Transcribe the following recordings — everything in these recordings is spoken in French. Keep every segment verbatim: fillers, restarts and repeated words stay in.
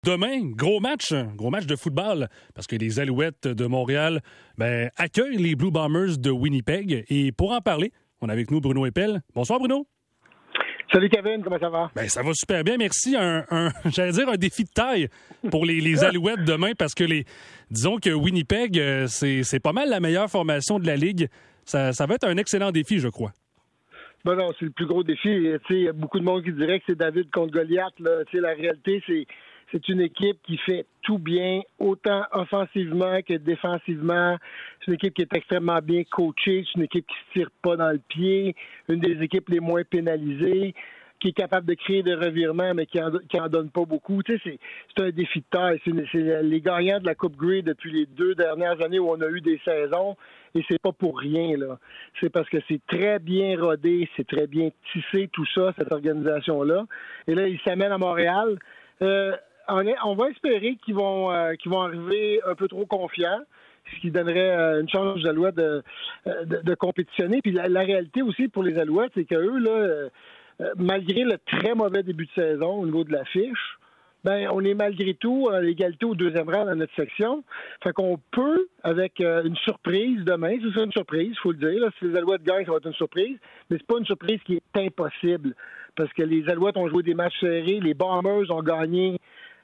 Demain, gros match, gros match de football, parce que les Alouettes de Montréal ben, accueillent les Blue Bombers de Winnipeg. Et pour en parler, on a avec nous Bruno Eppel. Bonsoir Bruno. Salut Kevin, comment ça va? Ben, ça va super bien, merci. Un, un, j'allais dire un défi de taille pour les, les Alouettes demain, parce que les, disons que Winnipeg, c'est, c'est pas mal la meilleure formation de la Ligue. Ça, ça va être un excellent défi, je crois. Ben non, c'est le plus gros défi. Il y a beaucoup de monde qui dirait que c'est David contre Goliath. Là. La réalité, c'est c'est une équipe qui fait tout bien, autant offensivement que défensivement. C'est une équipe qui est extrêmement bien coachée. C'est une équipe qui se tire pas dans le pied. Une des équipes les moins pénalisées, qui est capable de créer des revirements, mais qui en, qui en donne pas beaucoup. Tu sais, c'est, c'est un défi de taille. C'est, c'est les gagnants de la Coupe Grey depuis les deux dernières années où on a eu des saisons. Et c'est pas pour rien, là. C'est parce que c'est très bien rodé, c'est très bien tissé, tout ça, cette organisation-là. Et là, ils s'amènent à Montréal. Euh, on, est, on va espérer qu'ils vont, euh, qu'ils vont arriver un peu trop confiants, ce qui donnerait euh, une chance aux Alouettes de, de, de compétitionner. Puis la, la réalité aussi pour les Alouettes, c'est qu'eux, là, euh, malgré le très mauvais début de saison au niveau de la fiche, ben on est malgré tout à l'égalité au deuxième rang dans notre section. Fait qu'on peut, avec euh, une surprise demain, c'est ça une surprise, il faut le dire. Là, si les Alouettes gagnent, ça va être une surprise, mais c'est pas une surprise qui est impossible. Parce que les Alouettes ont joué des matchs serrés, les Bombers ont gagné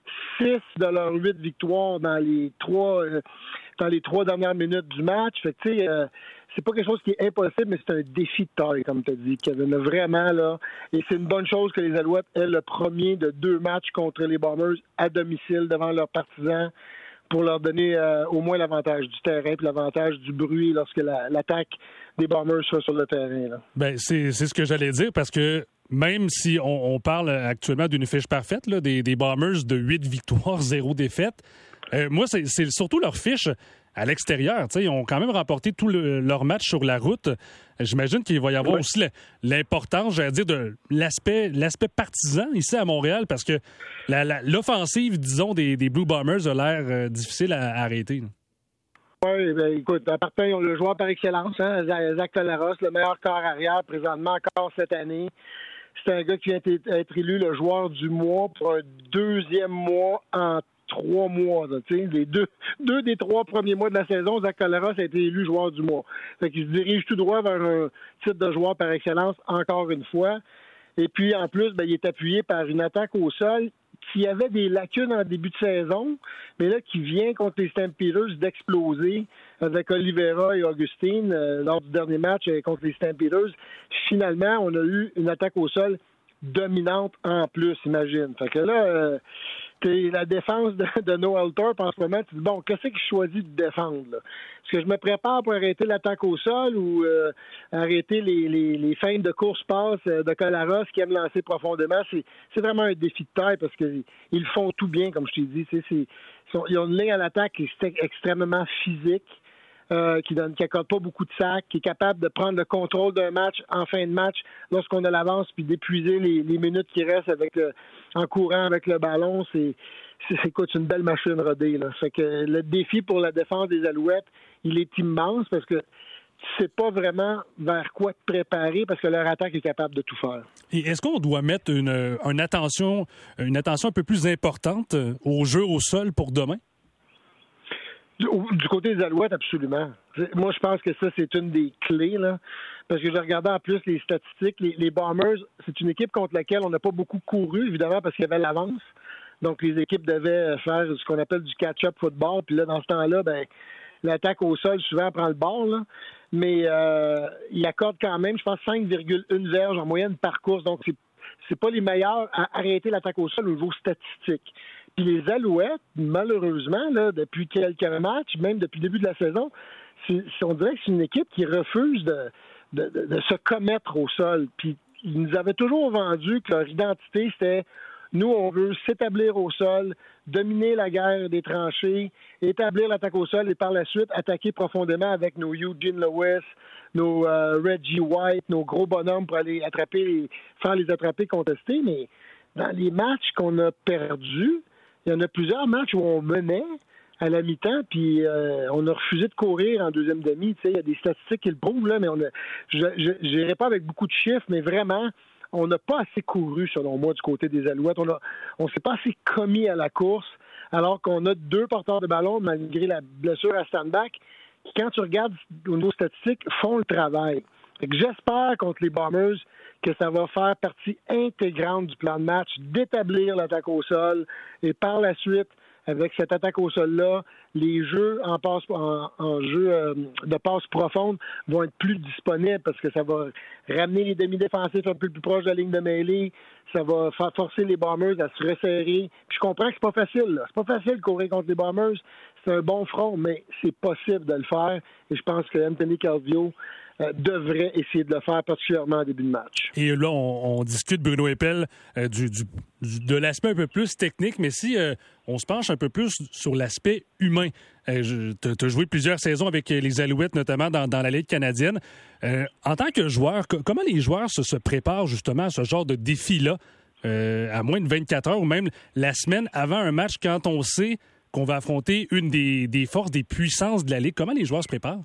six de leurs huit victoires dans les trois euh, dans les trois dernières minutes du match. Fait que tu sais, euh, c'est pas quelque chose qui est impossible, mais c'est un défi de taille, comme tu as dit, Kevin. Vraiment, là. Et c'est une bonne chose que les Alouettes aient le premier de deux matchs contre les Bombers à domicile devant leurs partisans pour leur donner euh, au moins l'avantage du terrain et l'avantage du bruit lorsque la, l'attaque des Bombers sera sur le terrain. Là. Ben, c'est, c'est ce que j'allais dire, parce que même si on, on parle actuellement d'une fiche parfaite, là, des, des Bombers de huit victoires, zéro défaite, euh, moi, c'est, c'est surtout leur fiche à l'extérieur. Ils ont quand même remporté tout le, leur match sur la route. J'imagine qu'il va y avoir oui. aussi la, l'importance, j'allais dire, de l'aspect, l'aspect partisan ici à Montréal, parce que la, la, l'offensive, disons, des, des Blue Bombers a l'air euh, difficile à, à arrêter. Oui, ben, écoute, en partant, ils ont le joueur par excellence, hein, Zach Collaros, le meilleur corps arrière présentement encore cette année. C'est un gars qui vient d'être élu le joueur du mois pour un deuxième mois en trois mois. Là, les deux, deux des trois premiers mois de la saison, Zach Collaros a été élu joueur du mois. Fait qu'il se dirige tout droit vers un titre de joueur par excellence, encore une fois. Et puis, en plus, ben, il est appuyé par une attaque au sol qui avait des lacunes en début de saison, mais là, qui vient contre les Stampeders d'exploser avec Oliveira et Augustine euh, lors du dernier match euh, contre les Stampeders. Finalement, on a eu une attaque au sol dominante en plus, imagine. Fait que là, euh, t'es la défense de, de Noel Thorpe en ce moment, tu dis, bon, qu'est-ce que je choisis de défendre, là? Est-ce que je me prépare pour arrêter l'attaque au sol ou euh, arrêter les, les, les feintes de course-passe de Collaros qui aime lancer profondément? C'est, c'est vraiment un défi de taille parce qu'ils ils font tout bien, comme je t'ai dit. C'est, c'est, ils ont une ligne à l'attaque qui est extrêmement physique. Euh, qui donne, qui accorde pas beaucoup de sacs, qui est capable de prendre le contrôle d'un match en fin de match lorsqu'on a l'avance, puis d'épuiser les, les minutes qui restent avec le, en courant avec le ballon. C'est, c'est, écoute, c'est une belle machine rodée. Là. Fait que le défi pour la défense des Alouettes, il est immense parce que tu sais pas vraiment vers quoi te préparer parce que leur attaque est capable de tout faire. Et est-ce qu'on doit mettre une, une attention, une attention un peu plus importante au jeu au sol pour demain? Du côté des Alouettes, absolument. Moi, je pense que ça, c'est une des clés, là. Parce que je regardais en plus les statistiques. Les, les Bombers, c'est une équipe contre laquelle on n'a pas beaucoup couru, évidemment, parce qu'il y avait l'avance. Donc, les équipes devaient faire ce qu'on appelle du catch-up football. Puis là, dans ce temps-là, ben l'attaque au sol, souvent, prend le bord, là. Mais euh, il accorde quand même, je pense, cinq virgule un verges en moyenne par course. Donc, c'est, c'est pas les meilleurs à arrêter l'attaque au sol au niveau statistique. Puis les Alouettes, malheureusement, là, depuis quelques matchs, même depuis le début de la saison, c'est, on dirait que c'est une équipe qui refuse de, de, de, de se commettre au sol. Puis ils nous avaient toujours vendu que leur identité, c'était nous, on veut s'établir au sol, dominer la guerre des tranchées, établir l'attaque au sol et par la suite attaquer profondément avec nos Eugene Lewis, nos euh, Reggie White, nos gros bonhommes pour aller attraper, faire les attraper contestés. Mais dans les matchs qu'on a perdus, il y en a plusieurs matchs où on menait à la mi-temps, puis euh, on a refusé de courir en deuxième demi. Tu sais, il y a des statistiques qui le prouvent, là, mais on a, je n'irai pas avec beaucoup de chiffres, mais vraiment, on n'a pas assez couru, selon moi, du côté des Alouettes. On ne on s'est pas assez commis à la course, alors qu'on a deux porteurs de ballon, malgré la blessure à Stanback, qui, quand tu regardes au niveau statistique, font le travail. Fait que j'espère contre les Bombers que ça va faire partie intégrante du plan de match, d'établir l'attaque au sol, et par la suite, avec cette attaque au sol-là, les jeux en, passe, en, en jeu euh, de passe profonde vont être plus disponibles parce que ça va ramener les demi-défensifs un peu plus proches de la ligne de mêlée, ça va faire forcer les Bombers à se resserrer. Puis je comprends que c'est pas facile, là. C'est pas facile de courir contre les Bombers, c'est un bon front, mais c'est possible de le faire. Et je pense que Anthony Calvillo Euh, devrait essayer de le faire, particulièrement en début de match. Et là, on, on discute, Bruno Eppel, euh, du, du, du, de l'aspect un peu plus technique, mais si euh, on se penche un peu plus sur l'aspect humain. Euh, tu as joué plusieurs saisons avec les Alouettes, notamment dans, dans la Ligue canadienne. Euh, en tant que joueur, co- comment les joueurs se, se préparent justement à ce genre de défi-là, euh, à moins de vingt-quatre heures ou même la semaine avant un match, quand on sait qu'on va affronter une des, des forces, des puissances de la Ligue? Comment les joueurs se préparent?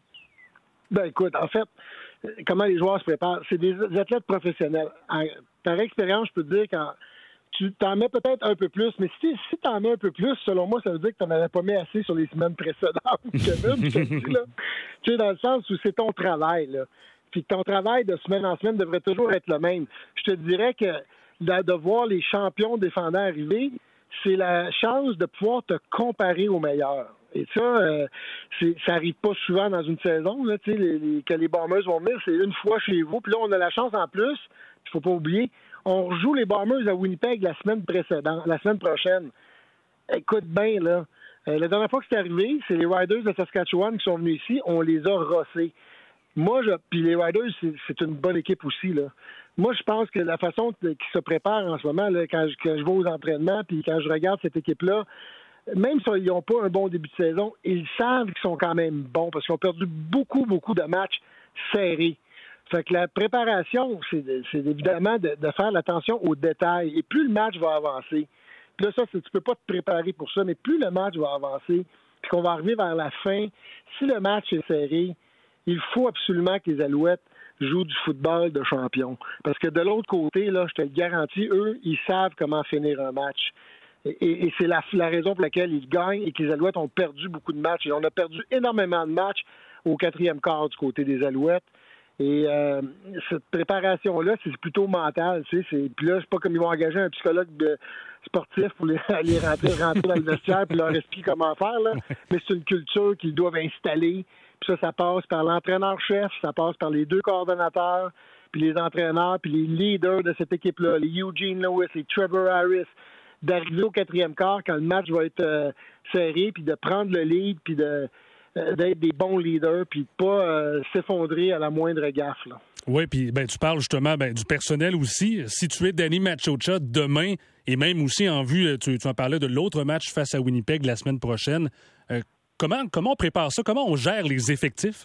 Ben écoute, en fait, comment les joueurs se préparent? C'est des athlètes professionnels. En, par expérience, je peux te dire que tu t'en mets peut-être un peu plus, mais si, si tu en mets un peu plus, selon moi, ça veut dire que tu n'en avais pas mis assez sur les semaines précédentes, Kevin. Je te dis, là. Tu sais, dans le sens où c'est ton travail, là. Puis ton travail de semaine en semaine devrait toujours être le même. Je te dirais que de, de voir les champions défendants arriver, c'est la chance de pouvoir te comparer aux meilleurs. Et ça, euh, c'est, ça arrive pas souvent dans une saison, là, tu sais, les, les, que les Bombers vont venir, c'est une fois chez vous. Puis là, on a la chance en plus, il faut pas oublier, on rejoue les Bombers à Winnipeg la semaine précédente, la semaine prochaine. Écoute bien, là, euh, la dernière fois que c'est arrivé, c'est les Riders de Saskatchewan qui sont venus ici, on les a rossés. Moi, je, puis les Riders, c'est, c'est une bonne équipe aussi, là. Moi, je pense que la façon qu'ils se préparent en ce moment, là, quand, je, quand je vais aux entraînements, puis quand je regarde cette équipe-là, même s'ils n'ont pas un bon début de saison, ils savent qu'ils sont quand même bons parce qu'ils ont perdu beaucoup, beaucoup de matchs serrés. Fait que la préparation, c'est, c'est évidemment de, de faire attention aux détails. Et plus le match va avancer, puis là, ça, c'est, tu peux pas te préparer pour ça, mais plus le match va avancer, puis qu'on va arriver vers la fin, si le match est serré, il faut absolument que les Alouettes jouent du football de champion. Parce que de l'autre côté, là, je te le garantis, eux, ils savent comment finir un match. Et, et c'est la, la raison pour laquelle ils gagnent et que les Alouettes ont perdu beaucoup de matchs. Et on a perdu énormément de matchs au quatrième quart du côté des Alouettes. Et euh, cette préparation-là, c'est plutôt mental. Tu sais, c'est, puis là, c'est pas comme ils vont engager un psychologue de, sportif pour les, aller rentrer, rentrer dans le vestiaire puis leur expliquer comment faire. Là. Mais c'est une culture qu'ils doivent installer. Puis ça, ça passe par l'entraîneur-chef, ça passe par les deux coordonnateurs, puis les entraîneurs, puis les leaders de cette équipe-là, les Eugene Lewis, les Trevor Harris, d'arriver au quatrième quart quand le match va être euh, serré, puis de prendre le lead, puis de, euh, d'être des bons leaders, puis de pas euh, s'effondrer à la moindre gaffe. Là. Oui, puis ben, tu parles justement ben, du personnel aussi. Si tu es Danny Machocha demain, et même aussi en vue, tu, tu en parlais de l'autre match face à Winnipeg la semaine prochaine, euh, comment, comment on prépare ça? Comment on gère les effectifs?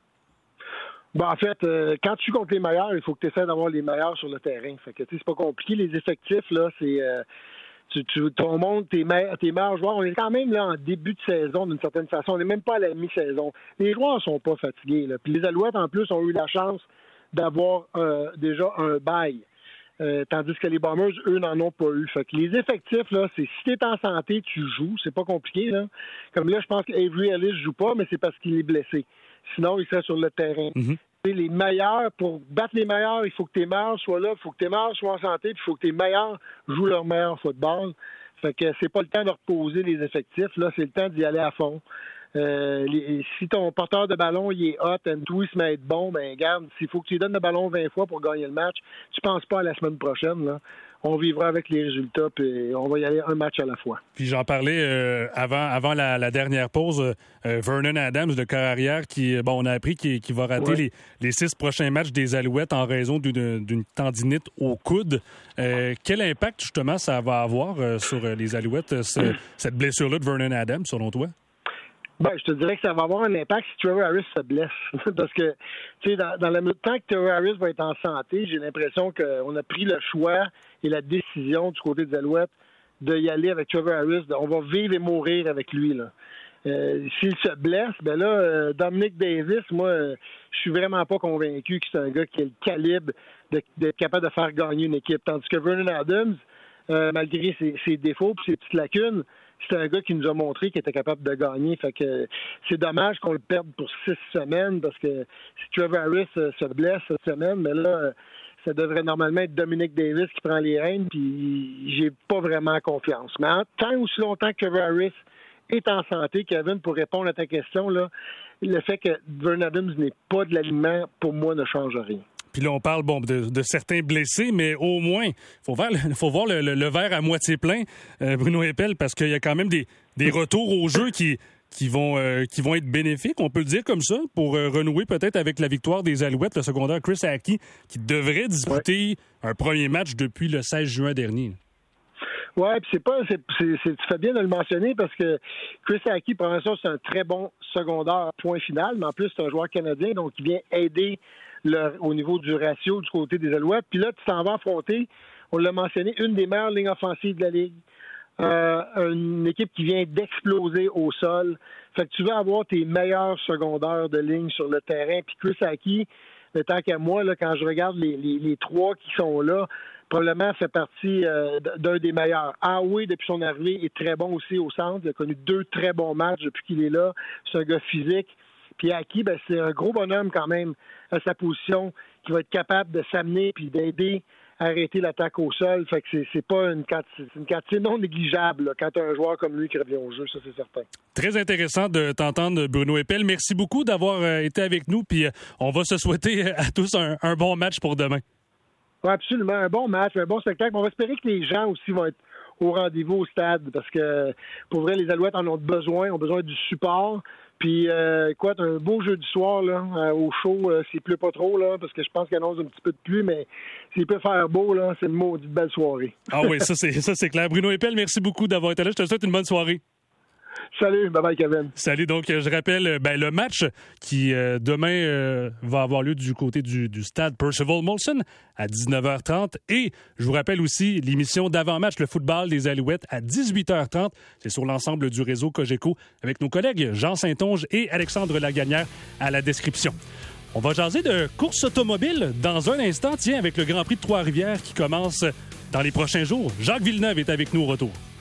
Bon, en fait, euh, quand tu joues contre les meilleurs, il faut que tu essaies d'avoir les meilleurs sur le terrain. Fait que, tu sais, c'est pas compliqué. Les effectifs, là, c'est... Euh, Tu, tu, ton monde, tes, me- tes meilleurs joueurs, on est quand même là en début de saison d'une certaine façon. On n'est même pas à la mi-saison. Les joueurs sont pas fatigués. Là. Puis les Alouettes, en plus, ont eu la chance d'avoir euh, déjà un bail. Euh, tandis que les Bombers, eux, n'en ont pas eu. Fait que les effectifs, là, c'est si tu es en santé, tu joues. C'est pas compliqué. Là. Comme là, je pense qu'Avery Ellis joue pas, mais c'est parce qu'il est blessé. Sinon, il serait sur le terrain. Mm-hmm. Les meilleurs, pour battre les meilleurs, il faut que tes meilleurs soient là, il faut que tes meilleurs soient en santé, puis il faut que tes meilleurs jouent leur meilleur football. Fait que c'est pas le temps de reposer les effectifs, là, c'est le temps d'y aller à fond. Euh, les, si ton porteur de ballon il est hot, and tout, il se met à être bon, ben garde, s'il faut que tu lui donnes le ballon vingt fois pour gagner le match, tu penses pas à la semaine prochaine, là. On vivra avec les résultats, puis on va y aller un match à la fois. Puis j'en parlais euh, avant, avant la, la dernière pause, euh, Vernon Adams, le corps arrière, qui, bon, on a appris qu'il, qu'il va rater ouais. les, les six prochains matchs des Alouettes en raison d'une, d'une tendinite au coude. Euh, quel impact, justement, ça va avoir euh, sur les Alouettes, ce, cette blessure-là de Vernon Adams, selon toi? Ben, je te dirais que ça va avoir un impact si Trevor Harris se blesse. Parce que, tu sais, dans, dans le temps que Trevor Harris va être en santé, j'ai l'impression qu'on a pris le choix et la décision du côté des Alouettes de y aller avec Trevor Harris. On va vivre et mourir avec lui, là. Euh, s'il se blesse, ben là, euh, Dominic Davis, moi, euh, je suis vraiment pas convaincu que c'est un gars qui a le calibre de, d'être capable de faire gagner une équipe. Tandis que Vernon Adams, euh, malgré ses, ses défauts et ses petites lacunes, c'est un gars qui nous a montré qu'il était capable de gagner. Fait que c'est dommage qu'on le perde pour six semaines parce que si Trevor Harris euh, se blesse cette semaine, mais là, euh, ça devrait normalement être Dominic Davis qui prend les rênes, puis j'ai pas vraiment confiance. Mais en tant aussi longtemps que Trevor Harris est en santé, Kevin, pour répondre à ta question, là, le fait que Vernon Adams n'est pas de l'alignement, pour moi, ne change rien. Puis là, on parle bon, de, de certains blessés, mais au moins, il faut voir, faut voir le, le, le verre à moitié plein, euh, Bruno Eppel, parce qu'il y a quand même des, des retours au jeu qui, qui, vont, euh, qui vont être bénéfiques, on peut le dire comme ça, pour euh, renouer peut-être avec la victoire des Alouettes, le secondaire Chris Hackey, qui devrait disputer ouais. un premier match depuis le seize juin dernier. Oui, puis c'est pas. C'est, c'est, c'est, tu fais bien de le mentionner parce que Chris Hackey, pour l'instant, c'est un très bon secondaire, point final, mais en plus, c'est un joueur canadien, donc il vient aider le, au niveau du ratio du côté des Alouettes. Puis là, tu t'en vas affronter, on l'a mentionné, une des meilleures lignes offensives de la Ligue. Euh, une équipe qui vient d'exploser au sol. Fait que tu veux avoir tes meilleurs secondaires de ligne sur le terrain. Puis Chris Hackey, tant qu'à moi, là, quand je regarde les, les, les trois qui sont là, probablement fait partie euh, d'un des meilleurs. Howe, depuis son arrivée, est très bon aussi au centre. Il a connu deux très bons matchs depuis qu'il est là. C'est un gars physique. Puis Hackey, ben, c'est un gros bonhomme quand même à sa position qui va être capable de s'amener puis d'aider à arrêter l'attaque au sol. Fait que c'est, c'est pas une quantité, c'est une quantité non négligeable là, quand tu as un joueur comme lui qui revient au jeu, ça c'est certain. Très intéressant de t'entendre, Bruno Eppel. Merci beaucoup d'avoir euh, été avec nous. Puis euh, on va se souhaiter à tous un, un bon match pour demain. Oui, absolument. Un bon match, un bon spectacle. On va espérer que les gens aussi vont être au rendez-vous au stade parce que, pour vrai, les Alouettes en ont besoin, ont besoin du support. Puis, euh, quoi, un beau jeu du soir, là, euh, au chaud, euh, s'il pleut pas trop, là, parce que je pense qu'il annonce un petit peu de pluie, mais s'il peut faire beau, là, c'est une maudite belle soirée. Ah oui, ça c'est, ça c'est clair. Bruno Eppel, merci beaucoup d'avoir été là. Je te souhaite une bonne soirée. Salut, bye-bye Kevin. Salut, donc je rappelle ben, le match qui euh, demain euh, va avoir lieu du côté du, du stade Percival Molson à dix-neuf heures trente et je vous rappelle aussi l'émission d'avant-match, le football des Alouettes à dix-huit heures trente. C'est sur l'ensemble du réseau Cogeco avec nos collègues Jean Saint-Onge et Alexandre Lagagnère à la description. On va jaser de course automobile dans un instant, tiens, avec le Grand Prix de Trois-Rivières qui commence dans les prochains jours. Jacques Villeneuve est avec nous au retour.